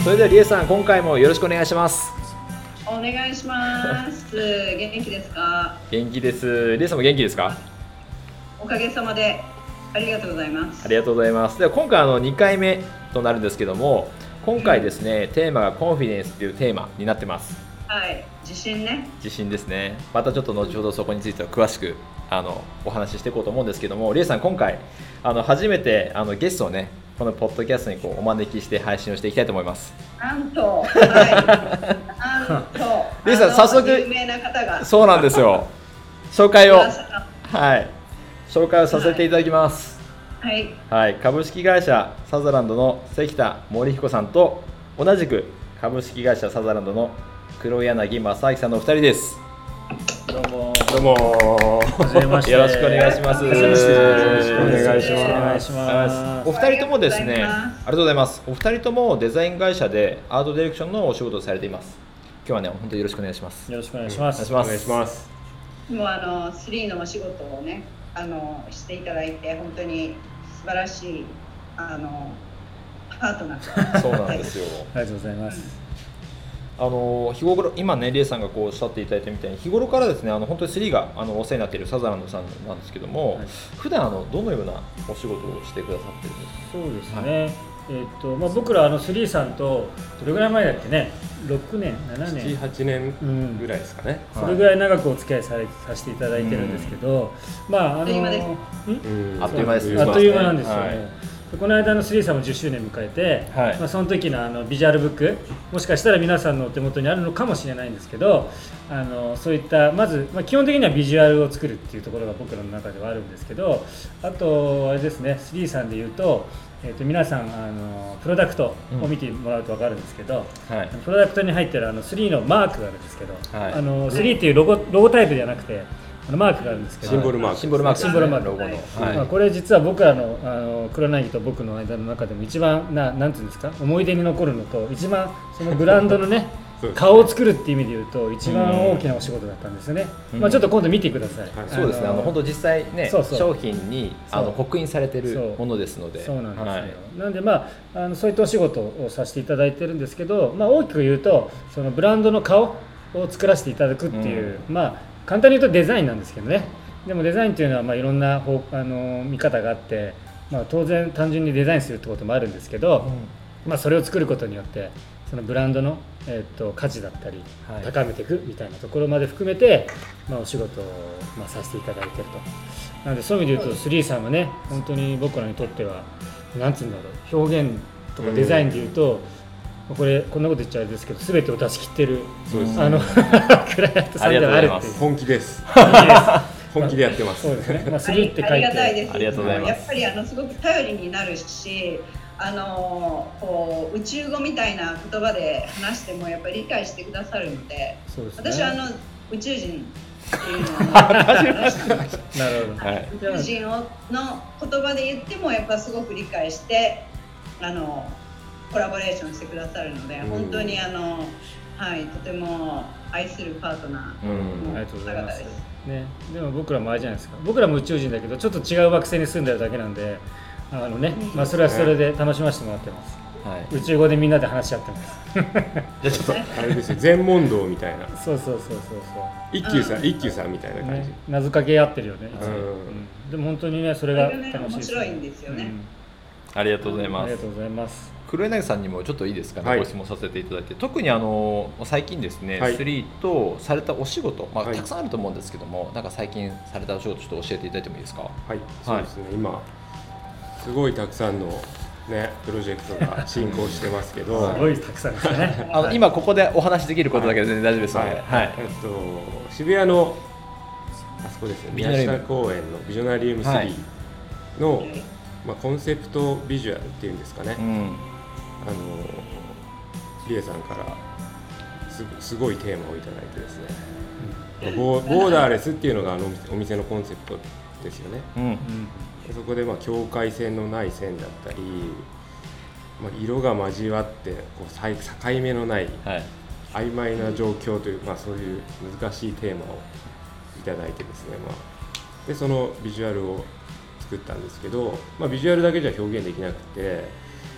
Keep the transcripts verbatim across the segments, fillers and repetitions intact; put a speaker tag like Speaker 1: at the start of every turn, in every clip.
Speaker 1: それではリエさん、今回もよろしくお願いします。
Speaker 2: お願いします。元気ですか？
Speaker 1: 元気です。リエさんも元気ですか？
Speaker 2: おかげさまでありがとうございます。
Speaker 1: ありがとうございます。では今回あのにかいめとなるんですけども、今回ですね、うん、テーマがコンフィデンスというテーマになってます。
Speaker 2: はい、自信ね。
Speaker 1: 自信ですね。またちょっと後ほどそこについては詳しくあのお話ししていこうと思うんですけども、リエさん、今回あの初めてあのゲストをね、このポッドキャストにこうお招きして配信をしていきたいと思います。
Speaker 2: なんと、はい、なんと、
Speaker 1: リエさん、早速
Speaker 2: 有名な方が。
Speaker 1: そうなんですよ。紹介を、はい、紹介をさせていただきます。
Speaker 2: はい。
Speaker 1: はい、株式会社サザランドの関田森彦さんと、同じく株式会社サザランドの黒柳正明さんのお二人です。
Speaker 3: どうも
Speaker 1: どうも
Speaker 3: はじめまして。
Speaker 1: よろしくお願いします。
Speaker 3: はじめまして。
Speaker 1: よろしく
Speaker 3: お願い
Speaker 1: します。お二人ともですね、ありがとうございます。お二人ともデザイン会社でアートディレクションのお仕事をされています。今日はね、本当によろしくお願いします。
Speaker 3: よろしくお願いします。
Speaker 1: お願いします。
Speaker 2: もうあのスリーのお仕事をね、あのしていただいて本当に素晴らしいあのパートナー。
Speaker 1: そうなんですよ。
Speaker 3: ありがとうございます。うん
Speaker 1: あの日頃今ね、リエさんがこうおっしゃっていただいたみたいに、日頃からですね、あの本当にスリーがあのお世話になっているサザランドさんなんですけども、はい、普段あのどのようなお仕事をしてくださってるんですか？
Speaker 3: そうですね、はい、えーとまあ、僕らあのスリーさんとどれぐらい前だっけね、ろくねんななねん、
Speaker 4: ななはちねんぐらいですかね、
Speaker 3: うん、それぐらい長くお付き合いされさせていただいてるんですけど、うん、まああのあっという間です。
Speaker 1: あっという間ですね。
Speaker 3: あっという間なんですよね、はい。この間のスリーさんもじゅっしゅうねん迎えて、はい、まあ、その時のあのビジュアルブック、もしかしたら皆さんのお手元にあるのかもしれないんですけど、あのそういったまず、まあ、基本的にはビジュアルを作るっていうところが僕らの中ではあるんですけど、あとあれですね、スリーさんでいうと、えー、と皆さんあのプロダクトを見てもらうと分かるんですけど、うん、はい、プロダクトに入ってるあのスリーのマークがあるんですけど、はい、あのスリーっていうロゴ、ロゴタイプではなくてあのマークがあるんですけど、
Speaker 4: シンボルマーク、
Speaker 1: シンボルマーク、
Speaker 3: シンボルマーク、ロゴの、はい、まあ、これ実は僕らの、あの黒柳と僕の間の中でも一番な、なんていうんですか、思い出に残るのと、一番そのブランドのね顔を作るっていう意味で言うと一番大きなお仕事だったんですよね、うん、まあ、ちょっと今度見てください、
Speaker 1: はい、そうですね、あの本当実際ね、そうそう、商品にあの刻印されてるものですので、
Speaker 3: そうなんですよ、はい、なんで、まあ、あのそういったお仕事をさせていただいてるんですけど、まあ、大きく言うとそのブランドの顔を作らせていただくっていう、うん、まあ簡単に言うとデザインなんですけどね。でもデザインっていうのはまあいろんな方あの見方があって、まあ、当然単純にデザインするってこともあるんですけど、うん、まあ、それを作ることによってそのブランドの、えー、と価値だったり高めていくみたいなところまで含めて、まあ、お仕事を、まあ、させていただいていると。なのでそういう意味で言うとスリーさんはね、本当に僕らにとってはなんつうんだろう、表現とかデザインで言うと、うん、これこんなこと言っちゃあれですけど、全てを出し切ってる、あのクライアントさんではあるっていう。
Speaker 4: 本気です。本気です。本気でやってます。
Speaker 3: そうですね。まあ、スリーって書いて、
Speaker 2: ありがたいです。
Speaker 1: ありがとうございます。
Speaker 2: やっぱりあのすごく頼りになるし、あのこう宇宙語みたいな言葉で話してもやっぱり理解してくださるので、そうですね、私はあの宇宙人っていうのをなるほど、はい、宇宙人をの言葉で言ってもやっぱすごく理解してあのコラボレーションしてくださるので、うん、本当にあの、はい、とても愛するパートナーの方です。
Speaker 3: ね、でも僕らもあれじゃないですか、僕らも宇宙人だけどちょっと違う惑星に住んでるだけなんで、あのね、まあ、それはそれで楽しませてもらってます、はい、宇宙語でみんなで話し合ってますじゃ
Speaker 4: あちょっとあれですよ、全問答みたいな、
Speaker 3: そうそうそうそうそう、
Speaker 4: 一休さん、一休さんみたいな感じ、ね、
Speaker 3: 名付け合ってるよね、うん、でも本当にね、それが楽しいです、ね、
Speaker 2: 面白いんですよね、
Speaker 1: うん、ありがとうございます。
Speaker 3: ありがとうございます。
Speaker 1: 黒柳さんにもちょっといいですかね、はい、ご質問させていただいて、特にあの最近ですね、
Speaker 4: はい、
Speaker 1: スリーとされたお仕事、まあ、
Speaker 4: はい、
Speaker 1: たくさんあると思うんですけども、なんか最近されたお仕事ちょっと教えていただいてもいいですか？
Speaker 4: はい、そうですね、はい、今すごいたくさんのねプロジェクトが進行してますけど、
Speaker 3: すごいたくさんですね。
Speaker 1: あの今ここでお話しできることだけで全然大丈夫ですので、はいはい、
Speaker 4: えっと渋谷のあそこですね、宮下公園のビジョナリウムスリーの、はい、まあ、コンセプトビジュアルっていうんですかね、うん、あのリエさんからす、すごいテーマをいただいてですね、うん、ボ, ボーダーレスっていうのがあのお店のコンセプトですよね、うんうん、そこでまあ境界線のない線だったり、まあ、色が交わってこう境目のない、はい、曖昧な状況という、まあ、そういう難しいテーマをいただいてですね、まあ、でそのビジュアルを作ったんですけど、まあ、ビジュアルだけじゃ表現できなくて、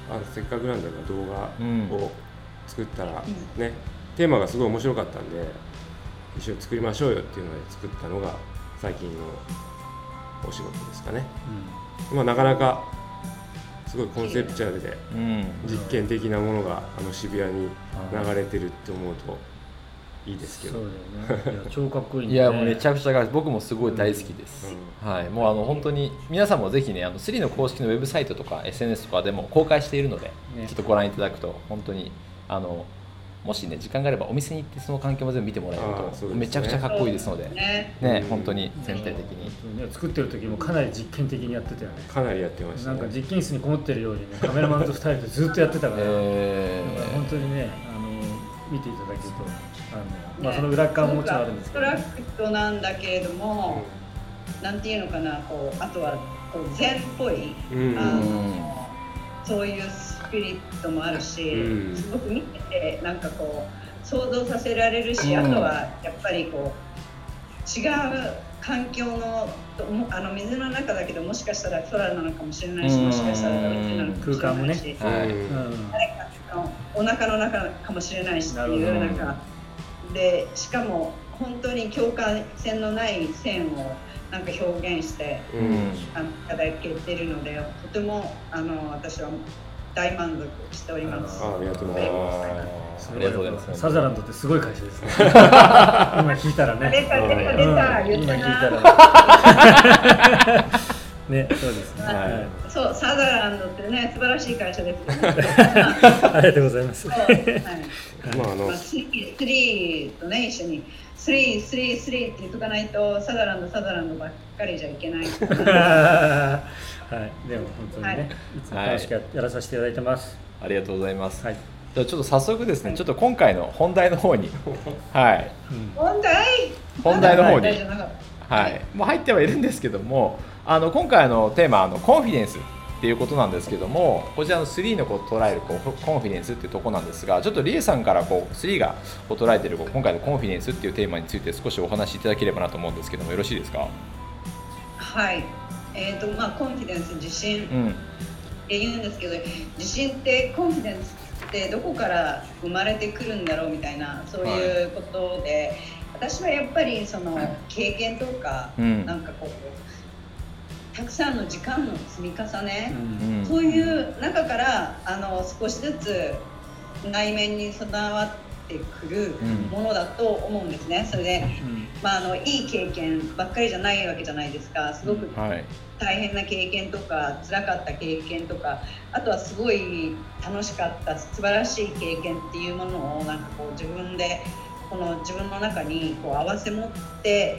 Speaker 4: あのせっかくなんだから動画を作ったら、うん、ねテーマがすごい面白かったんで一緒に作りましょうよっていうので作ったのが最近のお仕事ですかね、うん、まあなかなかすごいコンセプチュアルで実験的なものがあの渋谷に流れてるって思うといいですけど、
Speaker 3: そうだよね、いや超かっこいい、ね、
Speaker 1: いやもうめちゃくちゃかっこいい、僕もすごい大好きです、うんはい、もうあの本当に皆さんもぜひねあのスリーの公式のウェブサイトとか エスエヌエス とかでも公開しているので、ね、ちょっとご覧いただくと本当にあのもしね時間があればお店に行ってその環境も全部見てもらえると、ね、めちゃくちゃかっこいいですのでね、ね本当に全体的に、
Speaker 3: うん、作ってる時もかなり実験的にやってたよね。
Speaker 4: かなりやってましたね。
Speaker 3: なんか実験室にこもってるようにねカメラマンとふたりでずっとやってたから、えー、本当にねあの見ていただけるとあの、まあ、その裏側ももちろんあるんですけど、
Speaker 2: ね、ストラクトなんだけれども、うん、なんていうのかなこうあとはこう禅っぽい、うん、あのそういうスピリットもあるし、うん、すごく見ててなんかこう想像させられるし、うん、あとはやっぱりこう違う環境のあの水の中だけどもしかしたら空なのかもしれないし、もしかしたら宇宙なのかもしれないし、空間もね、はいうん、誰かのお腹の中かもしれないしっていうなんかで、しかも本当に境界線のない線をなんか表現して、うん、あのいただけてるのでとてもあの私は大満足しております。
Speaker 4: あありがとうございます。
Speaker 1: ありがとうございます。
Speaker 3: サザランドってすごい会社ですね。今聞いたらね。
Speaker 2: 出た出た出た、うん、
Speaker 3: 今聞いたら。ね、そうですね。
Speaker 2: はい、そうサザランドってね素晴らしい会社ですよね。
Speaker 3: ありがとうございます。はい。
Speaker 4: まああの
Speaker 2: スリーとね一緒にスリースリースリーって言っとかないとサザランドサザランドばっかりじゃいけない。
Speaker 3: はい、でも本当にね、はい、いつも楽しくやらさせていただいてます。
Speaker 1: ありがとうございます。はい、じゃあちょっと早速ですね、ちょっと今回の本題の方に、はい、
Speaker 2: うん、本題
Speaker 1: 本題の方に、はい、もう入ってはいるんですけども、あの今回のテーマあのコンフィデンスっていうことなんですけども、こちらのスリーのこう捉えるこうコンフィデンスっていうところなんですが、ちょっとリエさんからこうスリーがこう捉えている今回のコンフィデンスっていうテーマについて少しお話しいただければなと思うんですけども、よろしいですか？
Speaker 2: はい。えーとまあ、コンフィデンス自信って言うんですけど、うん、自信ってコンフィデンスってどこから生まれてくるんだろうみたいなそういうことで、はい、私はやっぱりその経験とか、うん、なんかこうたくさんの時間の積み重ね、うん、そういう中からあの少しずつ内面に備わってくるものだと思うんですね。それで、うんまあ、あのいい経験ばっかりじゃないわけじゃないですか。すごく大変な経験とか辛かった経験とか、あとはすごい楽しかった素晴らしい経験っていうものをなんかこう自分でこの自分の中にこう合わせ持って、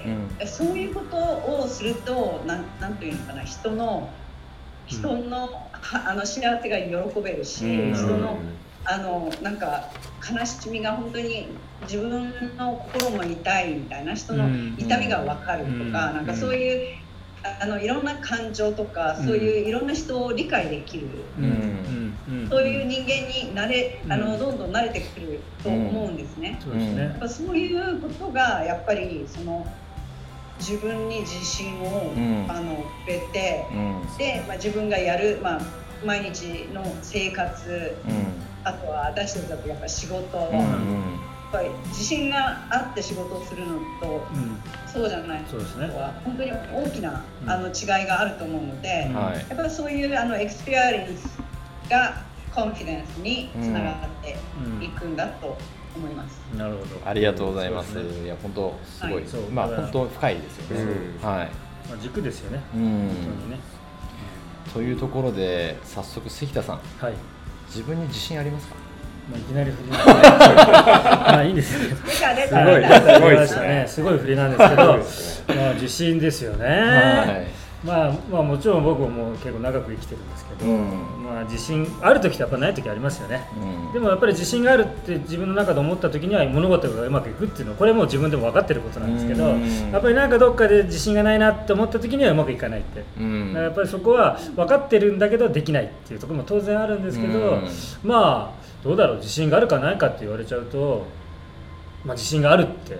Speaker 2: うん、そういうことをするとなんなんというのかな、人の人の、うん、あの幸せが喜べるし、うん、人のあのなんか悲しみが本当に自分の心も痛いみたいな人の痛みが分かるとか、うん、なんかそういうあのいろんな感情とか、うん、そういういろんな人を理解できる、うんうん、そういう人間になれあのどんどん慣れてくると思うんですね。そうですね。やっぱそういうことがやっぱりその自分に自信を、うん、あのくれて、うん、で、まあ、自分がやる、まあ、毎日の生活、うんあとは私たちだとやっぱり仕事、うんうん、やっぱり自信があって仕事をするのと、うん、そうじゃないのとは本当に大きな、うん、あの違いがあると思うので、うん、やっぱりそういうあのエクスペリエンスがコンフィデンスにつながっていくんだと思います。
Speaker 3: うんうん、なるほど。
Speaker 1: ありがとうございます。いや本当すごい、はい、まあ本当深いですよね。うん、はい。
Speaker 3: まあ、軸ですよね。
Speaker 1: うん、本当にね。というところで早速関田さん。はい。自分に自信ありますか？
Speaker 3: まあ、いきなり振りなんですね。まあいいんですよ。すごい、
Speaker 2: す
Speaker 3: ごいですね。すごい振りなんですけど、まあ自信ですよね。はい、まあまあもちろん僕も結構長く生きてるんですけど、うん、まあ自信ある時とやっぱない時ありますよね。うん、でもやっぱり自信があるって自分の中で思った時には物事がうまくいくっていうのはこれも自分でも分かってることなんですけど、うん、やっぱりなんかどっかで自信がないなって思った時にはうまくいかないって。うん、だからやっぱりそこは分かってるんだけどできないっていうところも当然あるんですけど、うん、まあどうだろう、自信があるかないかって言われちゃうと、まあ、自信があるって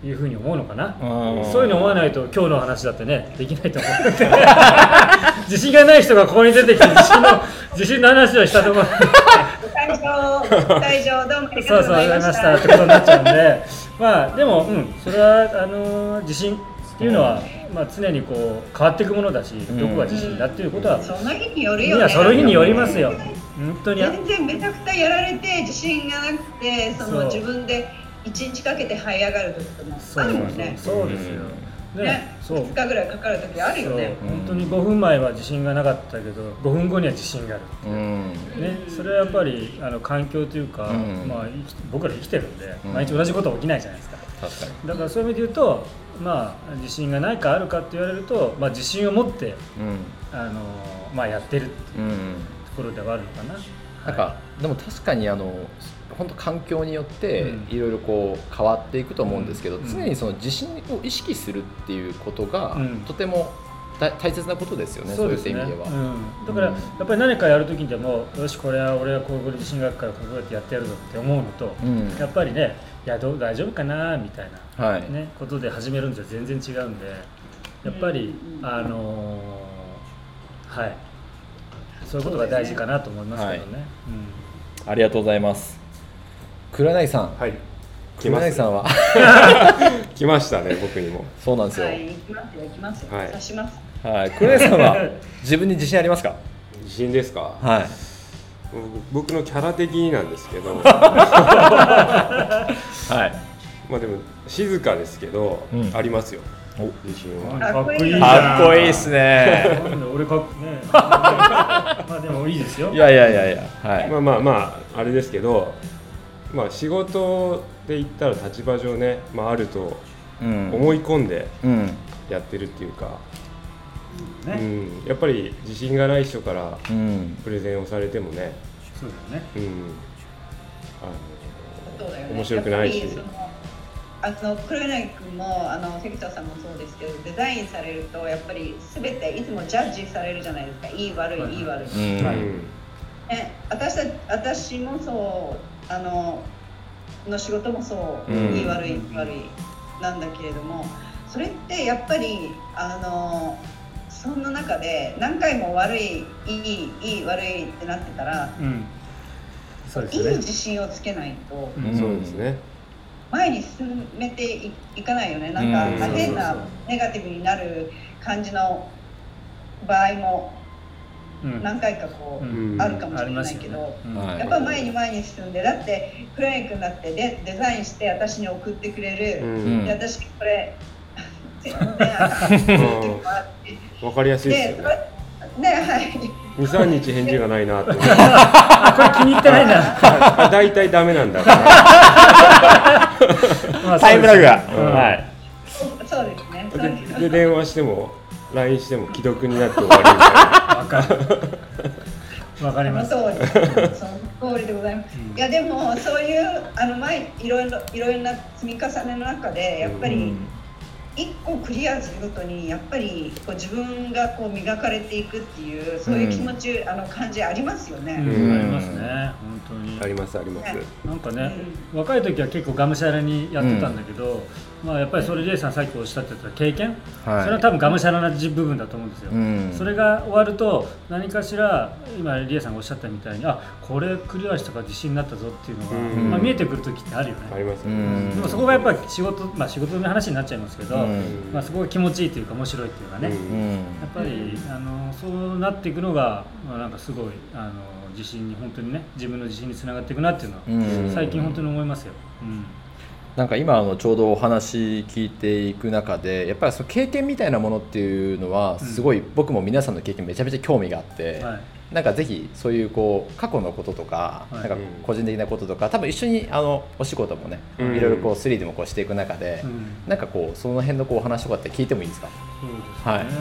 Speaker 3: いうふうに思うのかな。そういうの思わないと今日の話だってねできないと思う自信がない人がここに出てきて自信の自信の話をしたところ
Speaker 2: 会場会場どうもありがとうございました
Speaker 3: そうそうありがとうございましたってことになっちゃうんでまあでも、うん、それはあのー、自信っていうのは、うんまあ、常にこう変わっていくものだし、うん、どこが自信だっていうことは、
Speaker 2: うん、その日によるよね。
Speaker 3: いやその日によりますよ本当に
Speaker 2: 全然めちゃくちゃやられて自信がなくてその自分でいちにちかけて這い上がる時ともあるもんね。
Speaker 3: そうですよ、
Speaker 2: ねね、ふつかぐらいかかる時あるよね。
Speaker 3: 本当にごふんまえは自信がなかったけどごふんごには自信がある、うんね、それはやっぱりあの環境というか、うんまあ、僕ら生きてるんで、うん、毎日同じことは起きないじゃないですか。
Speaker 1: 確かに。
Speaker 3: だからそういう意味で言うと、まあ、自信がないかあるかって言われると、まあ、自信を持って、うんあのまあ、やってるっていうところではあるのかな。
Speaker 1: なんかでも確かにあの本当環境によっていろいろこう変わっていくと思うんですけど、うん、常にその自信を意識するっていうことがとても大切なことですよね、うん、そういう意味では、
Speaker 3: うん、だからやっぱり何かやるときにでもよしこれは俺はこういう自信があるからこうやってやってやるぞって思うのと、うん、やっぱりねいやどう大丈夫かなみたいな、はいね、ことで始めるんじゃ全然違うんでやっぱり、あのー、はいそういうことが大事かなと思いますけどね、はい
Speaker 1: うん、ありがとうございます。黒柳さん、
Speaker 4: はい、
Speaker 1: 黒柳さんは
Speaker 4: 来ましたね僕にも。
Speaker 1: そうなんですよ。
Speaker 2: はい、行きますよ行きますよ、はい、刺します。
Speaker 1: はい、黒柳さんは自分に自信ありますか？
Speaker 4: 自信ですか？
Speaker 1: はい。
Speaker 4: 僕のキャラ的になんですけど、はい。まあでも静かですけど、うん、ありますよ。自信は。
Speaker 3: かっこいい。
Speaker 1: かっこいいですね。
Speaker 3: 俺かっこね。まあでもいいですよ。
Speaker 1: いやいやいやいや。はい。
Speaker 4: まあまあまああれですけど、まあ仕事で言ったら立場上ね、まああると思い込んでやってるっていうか、うんうん、やっぱり自信がない人からプレゼンをされてもね、
Speaker 3: そうだよね。うん。
Speaker 4: あのそうだよね、面白くないし。
Speaker 2: あの黒柳君もあの関田さんもそうですけどデザインされるとやっぱり全ていつもジャッジされるじゃないですか。いい悪い、はい、いい悪い、うんはいね、私た私もそうあのの仕事もそう、うん、いい悪い悪いなんだけれどもそれってやっぱりあのそんな中で何回も悪いいいいい悪いってなってたら、うんそうですね、いい自信をつけないと、
Speaker 4: うん、そうですね
Speaker 2: 前に進めて い, いかないよね。なんか、うん、変なネガティブになる感じの場合も何回かこう、うん、あるかもしれないけど、うん、やっぱ前に前に進んでだって黒柳君だってデデザインして私に送ってくれる、うん、で私これ全然
Speaker 4: 分かりやすいですよね。
Speaker 2: ねはい。
Speaker 4: にさんにち返事がないなってこれ気
Speaker 3: に入ってないな
Speaker 4: だいたいダメなんだ
Speaker 1: タイムラグが、
Speaker 2: うん、はいそうですね。
Speaker 4: で, で電話しても ライン しても既読になって終わりみたいなわ
Speaker 3: かるわかります。
Speaker 2: その通りその通りでございます、うん、いやでもそういうあの前いろいろいろいろな積み重ねの中でやっぱり、うんいっこクリアするごとにやっぱりこう自分がこう磨かれていくっていうそういう気持ち、うん、あの感じありますよね、
Speaker 3: うんうん、ありますね本当に
Speaker 4: ありますあります、
Speaker 3: ね、なんかね、うん、若い時は結構がむしゃらにやってたんだけど、うんまあ、やっぱりそれレイさんさっきおっしゃってた経験、はい、それは多分がむしゃらな部分だと思うんですよ、うん、それが終わると何かしら今リエさんがおっしゃったみたいにあこれクリアしたから自信になったぞっていうのが、うんまあ、見えてくる時ってあるよね。
Speaker 4: ありますね、うん、
Speaker 3: でもそこがやっぱり仕事、まあ、仕事の話になっちゃいますけど、うんまあ、そこが気持ちいいというか面白いっていうかね、うん、やっぱりあのそうなっていくのが、まあ、なんかすごいあの自信に本当にね自分の自信につながっていくなっていうのは、うん、最近本当に思いますよ、うん
Speaker 1: なんか今あのちょうどお話聞いていく中でやっぱりその経験みたいなものっていうのはすごい僕も皆さんの経験めちゃめちゃ興味があって、うんはい、なんかぜひそういうこう過去のこととか、はい、なんか個人的なこととか多分一緒にあのお仕事もね、うん、いろいろこうスリーでもこうしていく中で、うん、なんかこうその辺のこうお話とかって聞いてもいいですか？
Speaker 3: そうですね、はい、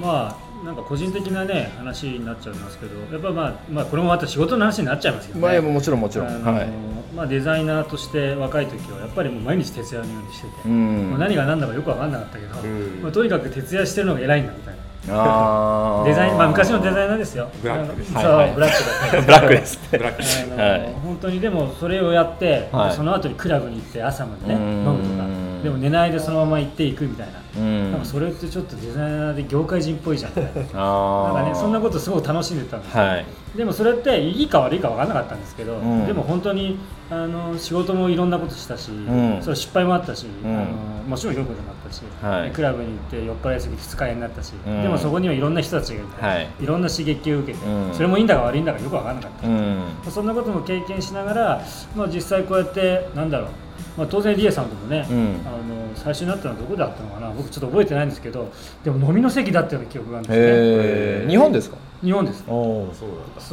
Speaker 3: まあなんか個人的なね話になっちゃいますけどやっぱまあ、まあ、これもまた仕事の話になっちゃいますけどね、
Speaker 1: まあ、もちろんもちろん、あのー
Speaker 3: はいまあ、デザイナーとして若い時はやっぱりもう毎日徹夜のようにしてて、うんまあ、何が何だかよく分かんなかったけど、うんまあ、とにかく徹夜してるのが偉いんだみたいなあデザイン、まあ、昔のデザイナーですよ。
Speaker 4: ブラックです。
Speaker 3: そう、はいはい、ブラックだった。
Speaker 1: ブラックです。
Speaker 3: ブラックです。はい、本当にでもそれをやって、はい、その後にクラブに行って朝までね飲むとか。 でも寝ないでそのまま行っていくみたいな、
Speaker 1: うん、
Speaker 3: なんかそれってちょっとデザイナーで業界人っぽいじゃんみたいな
Speaker 1: あ
Speaker 3: なんかねそんなことすごく楽しんでたんですよ、
Speaker 1: はい、で
Speaker 3: もそれっていいか悪いか分からなかったんですけど、うん、でも本当にあの仕事もいろんなことしたし、うん、それ失敗もあったし、うん、あのもちろん良いこともあったし、はい、クラブに行って酔っ払いすぎて二日酔いになったし、うん、でもそこにはいろんな人たちがいて、はい、いろんな刺激を受けて、うん、それもいいんだか悪いんだかよく分からなかった、うん、そんなことも経験しながら、まあ、実際こうやってなんだろう、まあ、当然リエさんともね、うん、あの最初になったのはどこだったのかな、僕ちょっと覚えてないんですけど、でも飲みの席だったような記憶があるんですね。
Speaker 1: へー、日本ですか？
Speaker 3: 日本です。
Speaker 4: おー、そうなんだ。
Speaker 3: そう。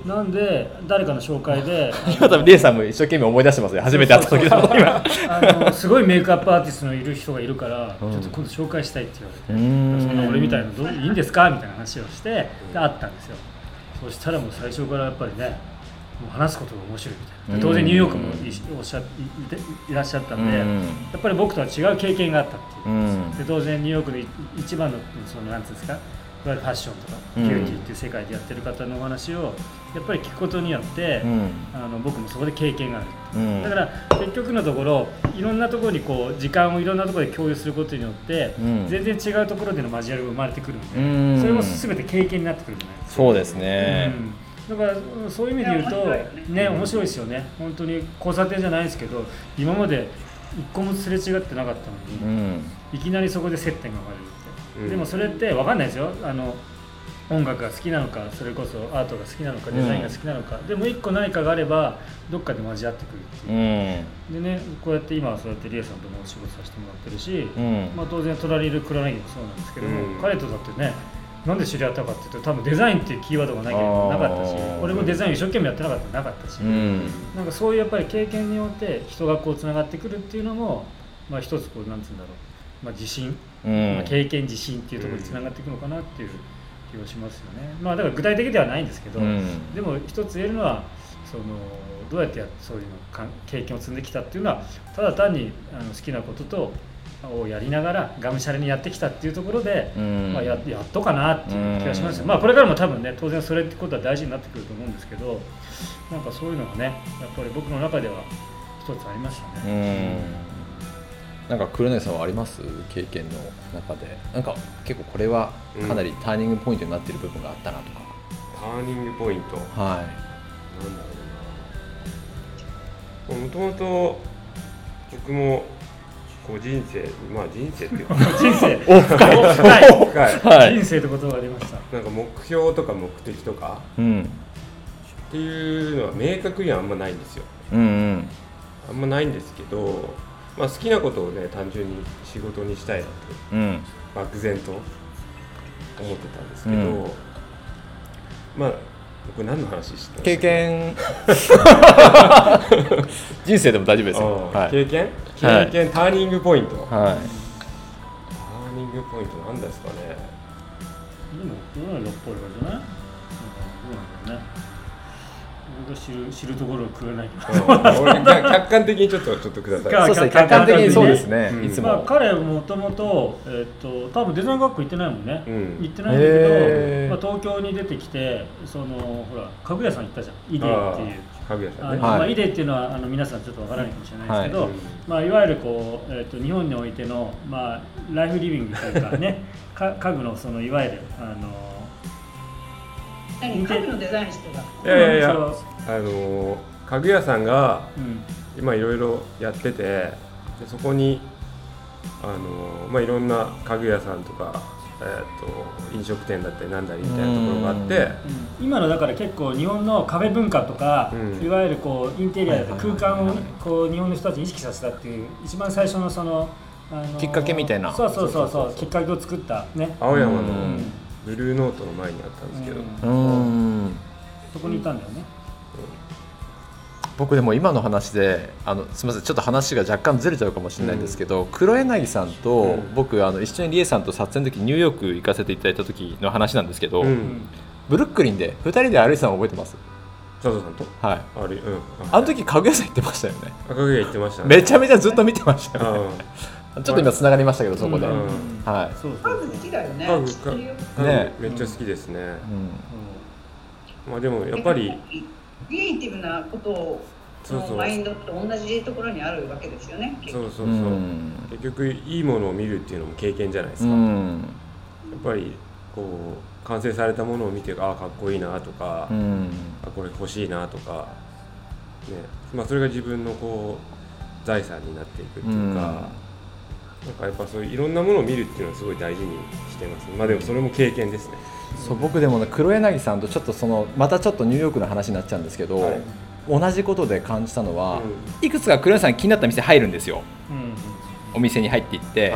Speaker 3: なんで誰かの紹介で
Speaker 1: 今多分リエさんも一生懸命思い出してますね。初めて会った時だと今
Speaker 3: あのすごいメイクアップアーティストのいる人がいるから、うん、ちょっと今度紹介したいって言われて、そんな俺みたいなどういいんですかみたいな話をしてで会ったんですよ。そしたらもう最初からやっぱりね、もう話すことが面白いみたいな。当然ニューヨークもおっしゃ い, いらっしゃったんで、やっぱり僕とは違う経験があったっていう。で当然ニューヨークの一番のそのなんていうんですか。いわゆるファッションとかビューティーっていう世界でやってる方のお話をやっぱり聞くことによって、うん、あの僕もそこで経験がある、うん、だから結局のところいろんなところにこう時間をいろんなところで共有することによって、うん、全然違うところでの交わりが生まれてくるので、うん、それも全て経験になってくるじゃないですか。
Speaker 1: そうですね、
Speaker 3: うん、だからそういう意味で言うとね、面白いですよね。本当に交差点じゃないですけど今まで一個もすれ違ってなかったのに、うん、いきなりそこで接点が生まれる。でもそれって分かんないですよ。あの音楽が好きなのか、それこそアートが好きなのか、デザインが好きなのか、うん、でも一個何かがあればどっかで交わってくるっていう、うん、でね、こうやって今はそうやってリエさんともお仕事させてもらってるし、うん、まあ、当然隣にいる黒柳もそうなんですけども、うん、彼とだってね、なんで知り合ったかっていうと多分デザインっていうキーワードがなければなかったし、俺もデザイン一生懸命やってなかったらなかったし、うん、なんかそういうやっぱり経験によって人がこうつながってくるっていうのも、まあ、一つこうなんつうんだろう、まあ、自信、うんまあ、経験自信っていうところにつながっていくのかなっていう気がしますよね。まあだから具体的ではないんですけど、うん、でも一つ言えるのはそのどうやってやそういうの経験を積んできたっていうのはただ単にあの好きなこととをやりながらがむしゃらにやってきたっていうところで、うんまあ、や, やっとかなっていう気がしますよ。まあこれからも多分ね当然それってことは大事になってくると思うんですけど、なんかそういうのがねやっぱり僕の中では一つありましたね。
Speaker 1: うんなんか黒柳さんはあります経験の中でなんか結構これはかなりターニングポイントになっている部分があったなとか、
Speaker 4: うん、ターニングポイント、
Speaker 1: はい、
Speaker 4: なんだろうな、もともと僕もこう人生まあ人生っていうか
Speaker 3: 人生
Speaker 1: お深い
Speaker 3: 深い深い人生って言葉が出ました。
Speaker 4: なんか目標とか目的とか、うん、っていうのは明確にはあんまないんですよ、うんうん、あんまないんですけど、まあ、好きなことをね単純に仕事にしたいなと、うん、漠然と思ってたんですけど、うん、まあ僕何の話してたんですか？経
Speaker 1: 験人生でも大丈夫ですよ、
Speaker 4: はい、経験経験、はい、ターニングポイント、はい、ターニングポイントなんですかね。
Speaker 3: でもどうなんだっぽいわけじゃない？どうなんだろうね。僕が知る、知るところをくれないけど、
Speaker 4: 俺客観的にちょっとちょっとください。
Speaker 1: そうですね、客観的にそうですね、うん、いつも、
Speaker 3: まあ、彼もともと、えー、と多分デザイン学校行ってないもんね、うん、行ってないんだけど、まあ、東京に出てきてそのほら家具屋さん行ったじゃん、イデーっていう
Speaker 4: 家具屋さんね、
Speaker 3: まあ、イデーっていうのはあの皆さんちょっとわからないかもしれないですけど、はいまあ、いわゆるこう、えー、と日本においての、まあ、ライフリビングというかね家具のそのいわゆるあの
Speaker 2: 何家具のデザインしてた。
Speaker 4: いやいやいや、あの家具屋さんが今いろいろやってて、でそこにあの、まあ、いろんな家具屋さんとか、えー、と飲食店だったりなんだりみたいなところがあって、
Speaker 3: うん、今のだから結構日本のカフェ文化とか、うん、いわゆるこうインテリアで空間をこう日本の人たちに意識させたっていう一番最初のその、あのー、
Speaker 1: きっかけみたいな、
Speaker 3: そうそうそうそうきっかけを作ったね、
Speaker 4: 青山のブルーノートの前にあったんですけど、
Speaker 3: うんうん、そこにいたんだよね。
Speaker 1: 僕でも今の話であのすみませんちょっと話が若干ずれちゃうかもしれないんですけど、うん、黒柳さんと、うん、僕あの一緒にリエさんと撮影の時ニューヨーク行かせていただいた時の話なんですけど、うん、ブルックリンでふたりで歩いてたの覚えてます？
Speaker 4: 佐藤さんと？
Speaker 1: はい。
Speaker 4: あれ、うん、
Speaker 1: あの時家具屋さん行ってましたよね。
Speaker 4: 家具屋行ってましたね。
Speaker 1: めちゃめちゃずっと見てましたよね。ちょっと今つながりましたけどそこで、うんうん、はい。
Speaker 2: そうそう。家具好きだよね。
Speaker 4: 家具ねめっちゃ好きですね。うん。まあでもやっぱり
Speaker 2: クリエイティブなことをそのマインドと同じところにあるわけですよね。
Speaker 4: そうそうそう、うん、結局いいものを見るっていうのも経験じゃないですか、うん、やっぱりこう完成されたものを見て、ああかっこいいなとか、うん、あこれ欲しいなとか、ね、まあ、それが自分のこう財産になっていくっていうか、うん、なんかやっぱそういういろんなものを見るっていうのはすごい大事にしてます。まあでもそれも経験ですね。
Speaker 1: そう、僕でもね、黒柳さんとちょっとそのまたちょっとニューヨークの話になっちゃうんですけど、はい、同じことで感じたのは、うん、いくつか黒柳さん気になった店入るんですよ、うん、お店に入っていって、はい、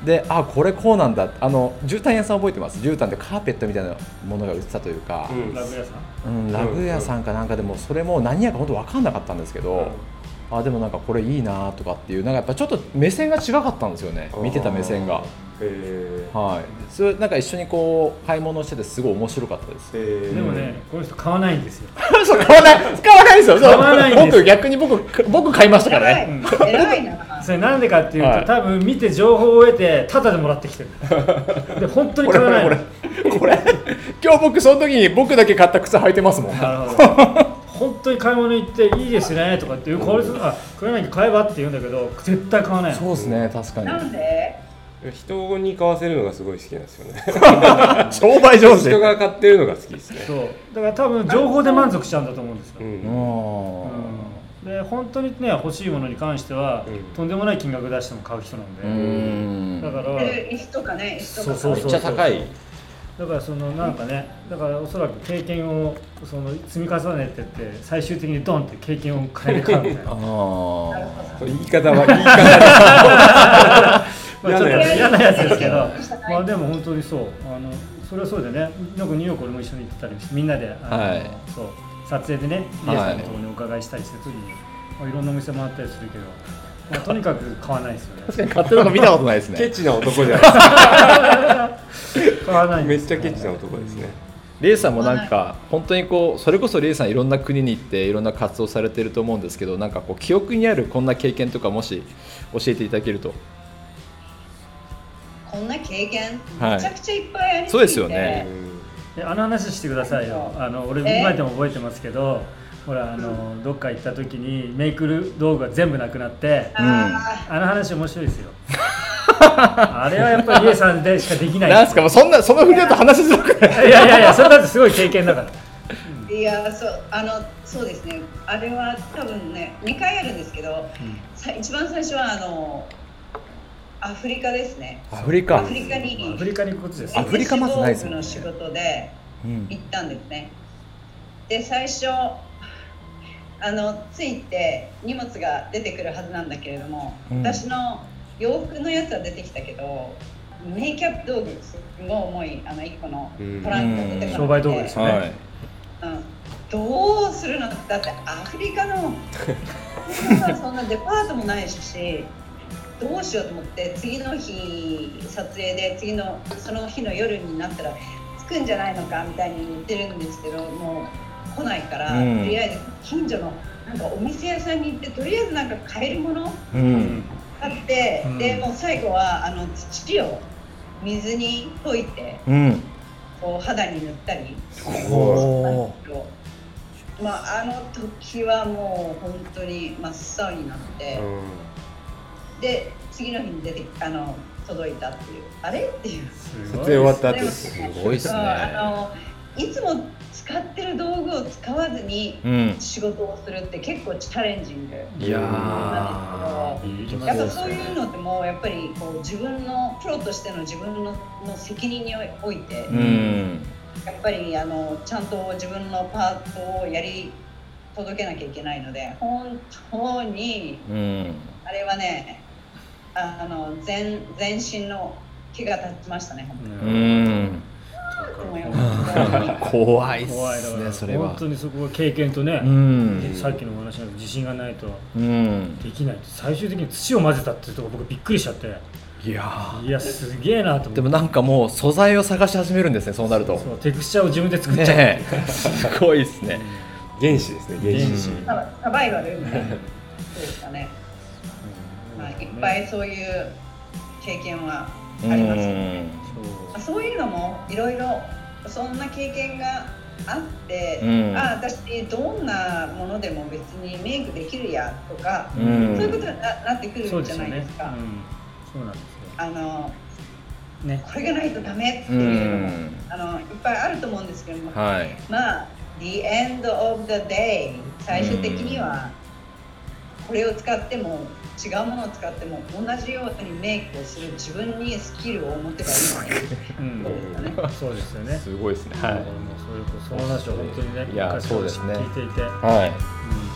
Speaker 1: で、あ、これこうなんだ、あの絨毯屋さん覚えてます？絨毯でカーペットみたいなものが売ってたというか、
Speaker 3: うん、ラグ屋さん、
Speaker 1: うん、ラグ屋さんかなんかでもそれも何やか本当分かんなかったんですけど、うん、あでもなんかこれいいなとかっていう、なんかやっぱちょっと目線が違かったんですよね、見てた目線が。へはい、それなんか一緒にこう買い物しててすごい面白かったです。
Speaker 3: へでもね、この人買わないんですよ。
Speaker 1: そう買わない買わないですよ。
Speaker 3: 買わないんです。
Speaker 1: 僕逆に僕僕買いましたからね。
Speaker 2: 偉いな。
Speaker 3: それなんでかっていうと、はい、多分見て情報を得てタダでもらってきてる。で本当に買わないの。これこれこれ
Speaker 1: 今日僕その時に僕だけ買った靴履いてますもん。
Speaker 3: なるほど。本当に買い物行っていいですねとかっていう、これあこれ何か買えばって言うんだけど絶対買わないの。
Speaker 1: そうですね、確かに。
Speaker 2: なんで？
Speaker 4: 人に買わせるのがすごい好きなんですよね。
Speaker 1: 商売上手。
Speaker 4: 人が買ってるのが好きですね。
Speaker 3: そうだから多分情報で満足しちゃうんだと思うんですよ。うんうん、で本当にね欲しいものに関しては、うん、とんでもない金額出しても買う人なんで。うんだから
Speaker 2: 椅子とかね、椅子とか
Speaker 1: そうそうそうそうめっちゃ高い。
Speaker 3: だからそのなんかね、だからおそらく経験をその積み重ねてって最終的にドンって経験を変えて買うみたいな。あ
Speaker 4: あ。言い方は言い方で。
Speaker 3: まあちょっと嫌なやつですけど、まあでも本当にそう、あのそれはそうでね、なんかニューヨーク俺も一緒に行ってたりして、みんなであの、はい、そう撮影でね、リエさんのところにお伺いしたりしてる時に、まあ、いろんなお店回ったりするけど、まあ、とにかく買わないですよね。
Speaker 1: 確かに買ってるの見たことないですね。
Speaker 4: ケチな男じゃないですか。
Speaker 3: 買わないん
Speaker 4: めっ
Speaker 3: ですよ。
Speaker 4: ちゃケチな男ですね。
Speaker 1: レイさんもなんか本当にこうそれこそレイさんいろんな国に行っていろんな活動されてると思うんですけど、なんかこう記憶にあるこんな経験とかもし教えていただけると。
Speaker 2: こんな経験、はい、めちゃくちゃいっぱいありすぎて。
Speaker 1: そうですよね。
Speaker 3: あの話してくださいよ。あの俺今でも覚えてますけど、ほらあの、うん、どっか行った時にメイク道具が全部なくなって、うん、あの話面白いですよ。あれはやっぱりリエさんでしかできない。
Speaker 1: なんすか、もうそんなその振りだと話しづらくない。
Speaker 3: いやいやいや、それだってすごい経験だから。
Speaker 2: うん、いやそうあのそうですね。あれは多分ねにかいあるんですけど、うん、一番最初はあの。アフリカですね。
Speaker 1: アフリカ。
Speaker 2: アフリカに。
Speaker 3: アフリカに行くことです。
Speaker 1: アフリカまずないですね。
Speaker 2: の仕事で行ったんですね。うん、で最初あの着いて荷物が出てくるはずなんだけれども、うん、私の洋服のやつは出てきたけど、メイキャップ道具すごい重いあのいっこのトランクが出てくるので、
Speaker 3: 商売道具ですね。はい、
Speaker 2: うん、どうするの？だってアフリカのそんなデパートもないし。どうしようと思って次の日撮影で次のその日の夜になったら着くんじゃないのかみたいに言ってるんですけど、もう来ないから、うん、とりあえず近所のなんかお店屋さんに行ってとりあえずなんか買えるもの、うん、買って、うん、でもう最後はあの土を水に溶いて、うん、こう肌に塗ったり、まあ、あの時はもう本当に真っ青になって。うんで次の日に出てあの届いたっていうあれっていう
Speaker 4: 撮影終わったってす
Speaker 1: ごいですね。
Speaker 2: あのいつも使ってる道具を使わずに仕事をするって結構チャレンジングなんですけど、いややっぱそういうのってもうやっぱりこう自分のプロとしての自分のの責任において、うん、やっぱりあのちゃんと自分のパートをやり届けなきゃいけないので、本当に、うん、あれはねあの 全, 全身の気が立ちましたね。本当に。うん
Speaker 1: 怖いですね、それは。
Speaker 3: 本当にそこが経験とね、うん、さっきのお話の自信がないとできない、うん、最終的に土を混ぜたっていうところ僕びっくりしちゃって、いやいやすげえなと思って。
Speaker 1: でもなんかもう素材を探し始めるんですね、そうなると。
Speaker 3: そうテクスチャーを自分で作っちゃう、ね、
Speaker 1: すごいですね。
Speaker 4: 原始ですね、原始。
Speaker 2: サバイバルみたいな。そうですかね。まあ、いっぱいそういう経験はありますよね。そう、そういうのもいろいろそんな経験があって、うん、あ私どんなものでも別にメイクできるやとか、うん、そういうことに な, なってくるんじゃないですか。
Speaker 3: そうなんですよ。
Speaker 2: あのね、これがないとダメっていうのも、うん、あのいっぱいあると思うんですけども、はい、まあ the end of the day 最終的にはこれを使っても違うものを使っても同じようにメイクをする自分にスキルを持ってばいいので、
Speaker 3: うん、そうですよね。
Speaker 1: すごいですね。はい。
Speaker 3: もうそういうその話を本当にね、
Speaker 1: いやそうですね。
Speaker 3: 聞いていて、
Speaker 1: はい。うん